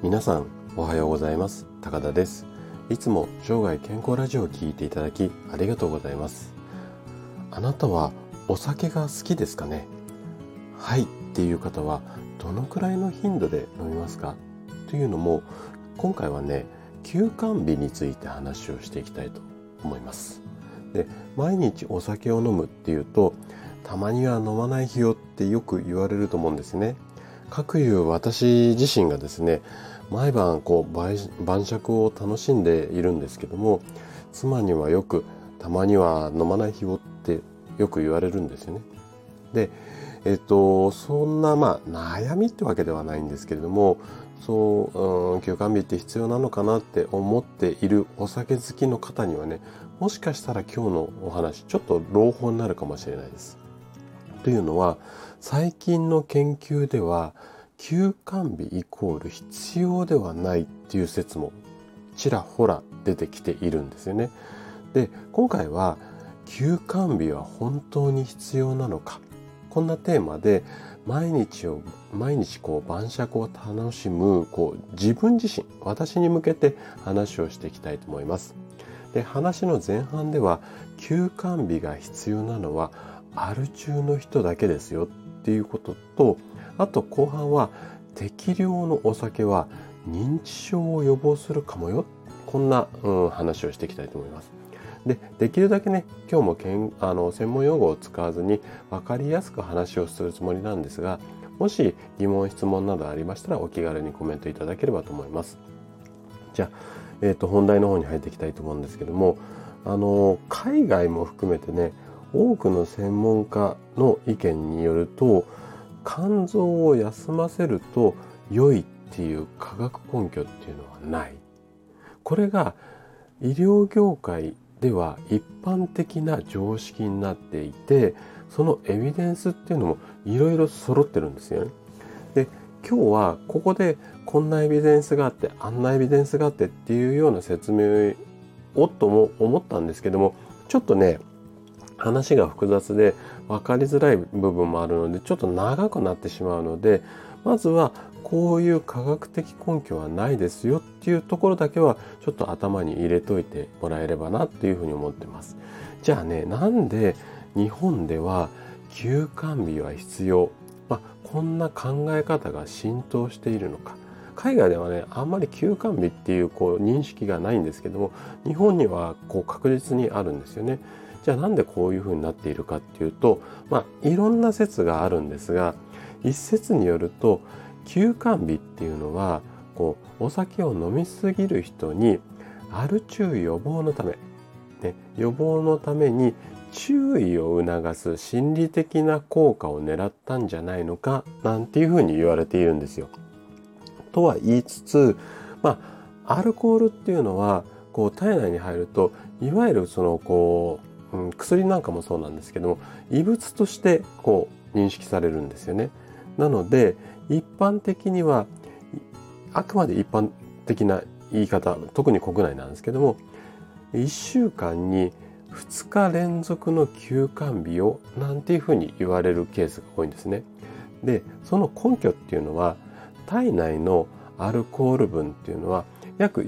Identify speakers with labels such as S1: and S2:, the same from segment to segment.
S1: 皆さんおはようございます。高田です。いつも生涯健康ラジオを聞いていただきありがとうございます。あなたはお酒が好きですかね？はいっていう方はどのくらいの頻度で飲みますか？というのも、今回はね、休肝日について話をしていきたいと思います。で、毎日お酒を飲むっていうと、たまには飲まない日よってよく言われると思うんですね。かくいう私自身がですね、毎晩晩酌を楽しんでいるんですけども、妻にはよくたまには飲まない日をってよく言われるんですよね。で、そんな悩みってわけではないんですけれども、休肝日って必要なのかなって思っているお酒好きの方にはね、もしかしたら今日のお話ちょっと朗報になるかもしれないです。というのは、最近の研究では休肝日イコール必要ではないっていう説もちらほら出てきているんですよね。で、今回は休肝日は本当に必要なのか、こんなテーマで毎日晩酌を楽しむ自分自身、私に向けて話をしていきたいと思います。で、話の前半では休肝日が必要なのはアル中の人だけですよっていうことと、あと後半は適量のお酒は認知症を予防するかもよ、こんな、話をしていきたいと思います。できるだけね、今日も専門用語を使わずに分かりやすく話をするつもりなんですが、もし疑問質問などありましたらお気軽にコメントいただければと思います。じゃあ、本題の方に入っていきたいと思うんですけども、海外も含めてね、多くの専門家の意見によると、肝臓を休ませると良いっていう科学根拠っていうのはない。これが医療業界では一般的な常識になっていて、そのエビデンスっていうのもいろいろ揃ってるんですよね。で、今日はここでこんなエビデンスがあって、あんなエビデンスがあってっていうような説明をとも思ったんですけども、ちょっとね、話が複雑で分かりづらい部分もあるので、ちょっと長くなってしまうので、まずはこういう科学的根拠はないですよっていうところだけはちょっと頭に入れといてもらえればなっていうふうに思ってます。じゃあね、なんで日本では休肝日は必要、こんな考え方が浸透しているのか。海外ではね、あんまり休肝日っていう認識がないんですけども、日本には確実にあるんですよね。じゃあなんでこういうふうになっているかっていうと、いろんな説があるんですが、一説によると、休肝日っていうのはお酒を飲みすぎる人にアル中予防のため、予防のために注意を促す心理的な効果を狙ったんじゃないのかなんていうふうに言われているんですよ。とは言いつつ、アルコールっていうのは体内に入ると、いわゆる薬なんかもそうなんですけども、異物として認識されるんですよね。なので一般的には、あくまで一般的な言い方、特に国内なんですけども、1週間に2日連続の休肝日をなんていうふうに言われるケースが多いんですね。で、その根拠っていうのは、体内のアルコール分っていうのは約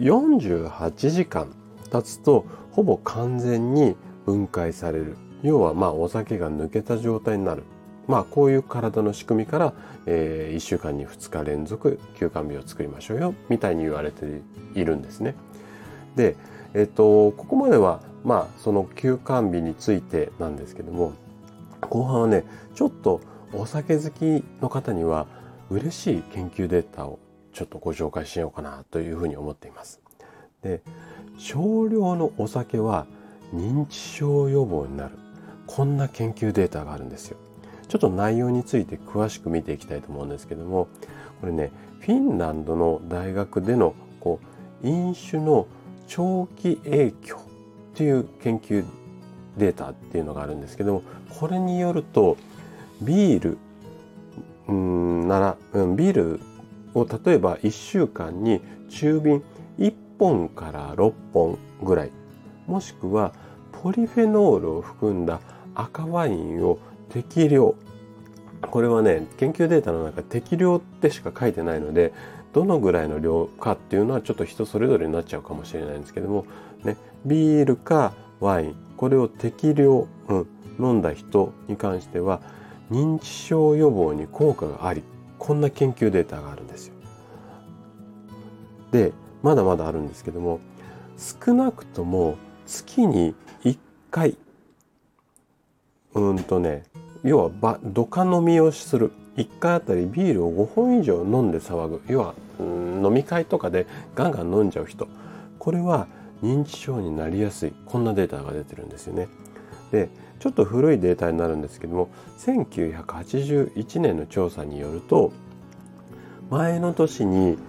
S1: 48時間経つとほぼ完全に分解される。要はお酒が抜けた状態になる。こういう体の仕組みから、1週間に2日連続休肝日を作りましょうよみたいに言われているんですね。で、ここまではその休肝日についてなんですけども、後半はね、ちょっとお酒好きの方には嬉しい研究データをちょっとご紹介しようかなというふうに思っています。で、少量のお酒は認知症予防になる、こんな研究データがあるんですよ。ちょっと内容について詳しく見ていきたいと思うんですけども、これね、フィンランドの大学での飲酒の長期影響っていう研究データっていうのがあるんですけども、これによると、ビールを例えば1週間に中瓶1本から6本ぐらい、もしくはポリフェノールを含んだ赤ワインを適量、これはね、研究データの中適量ってしか書いてないので、 どのぐらいの量かっていうのはちょっと人それぞれになっちゃうかもしれないんですけども、ね、ビールかワイン、これを適量、飲んだ人に関しては認知症予防に効果があり、こんな研究データがあるんですよ。で、まだまだあるんですけども、少なくとも月に1回、要はドカ飲みをする。1回あたりビールを5本以上飲んで騒ぐ。要は、飲み会とかでガンガン飲んじゃう人。これは認知症になりやすい。こんなデータが出てるんですよね。で、ちょっと古いデータになるんですけども、1981年の調査によると、前の年に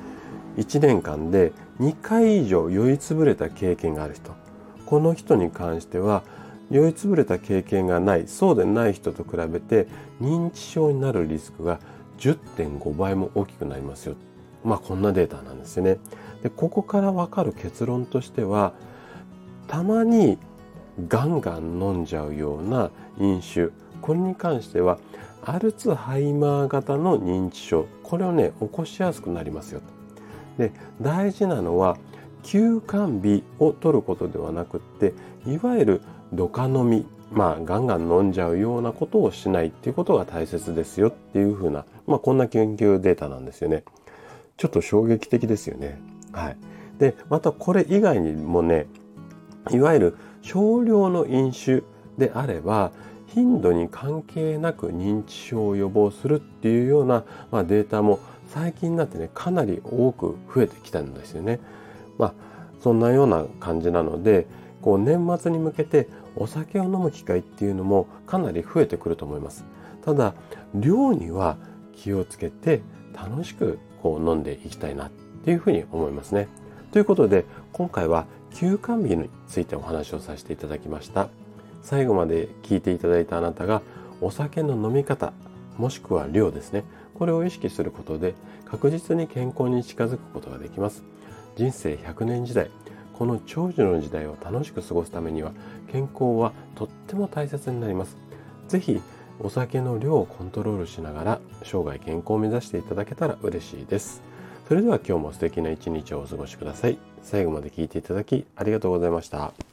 S1: 1年間で2回以上酔いつぶれた経験がある人。この人に関しては、酔いつぶれた経験がない、そうでない人と比べて認知症になるリスクが 10.5 倍も大きくなりますよ。こんなデータなんですよね。で、ここからわかる結論としては、たまにガンガン飲んじゃうような飲酒、これに関してはアルツハイマー型の認知症、これをね、起こしやすくなりますよ。で、大事なのは休肝日を取ることではなくって、いわゆるドカ飲み、ガンガン飲んじゃうようなことをしないっていうことが大切ですよっていうふうな、こんな研究データなんですよね。ちょっと衝撃的ですよね。はい。で、またこれ以外にもね、いわゆる少量の飲酒であれば、頻度に関係なく認知症を予防するっていうような、データも最近になってね、かなり多く増えてきたんですよね。そんなような感じなので、年末に向けてお酒を飲む機会っていうのもかなり増えてくると思います。ただ、量には気をつけて楽しく飲んでいきたいなっていうふうに思いますね。ということで、今回は休肝日についてお話をさせていただきました。最後まで聞いていただいたあなたが、お酒の飲み方、もしくは量ですね、これを意識することで確実に健康に近づくことができます。人生100年時代、この長寿の時代を楽しく過ごすためには、健康はとっても大切になります。ぜひお酒の量をコントロールしながら生涯健康を目指していただけたら嬉しいです。それでは今日も素敵な一日をお過ごしください。最後まで聞いていただきありがとうございました。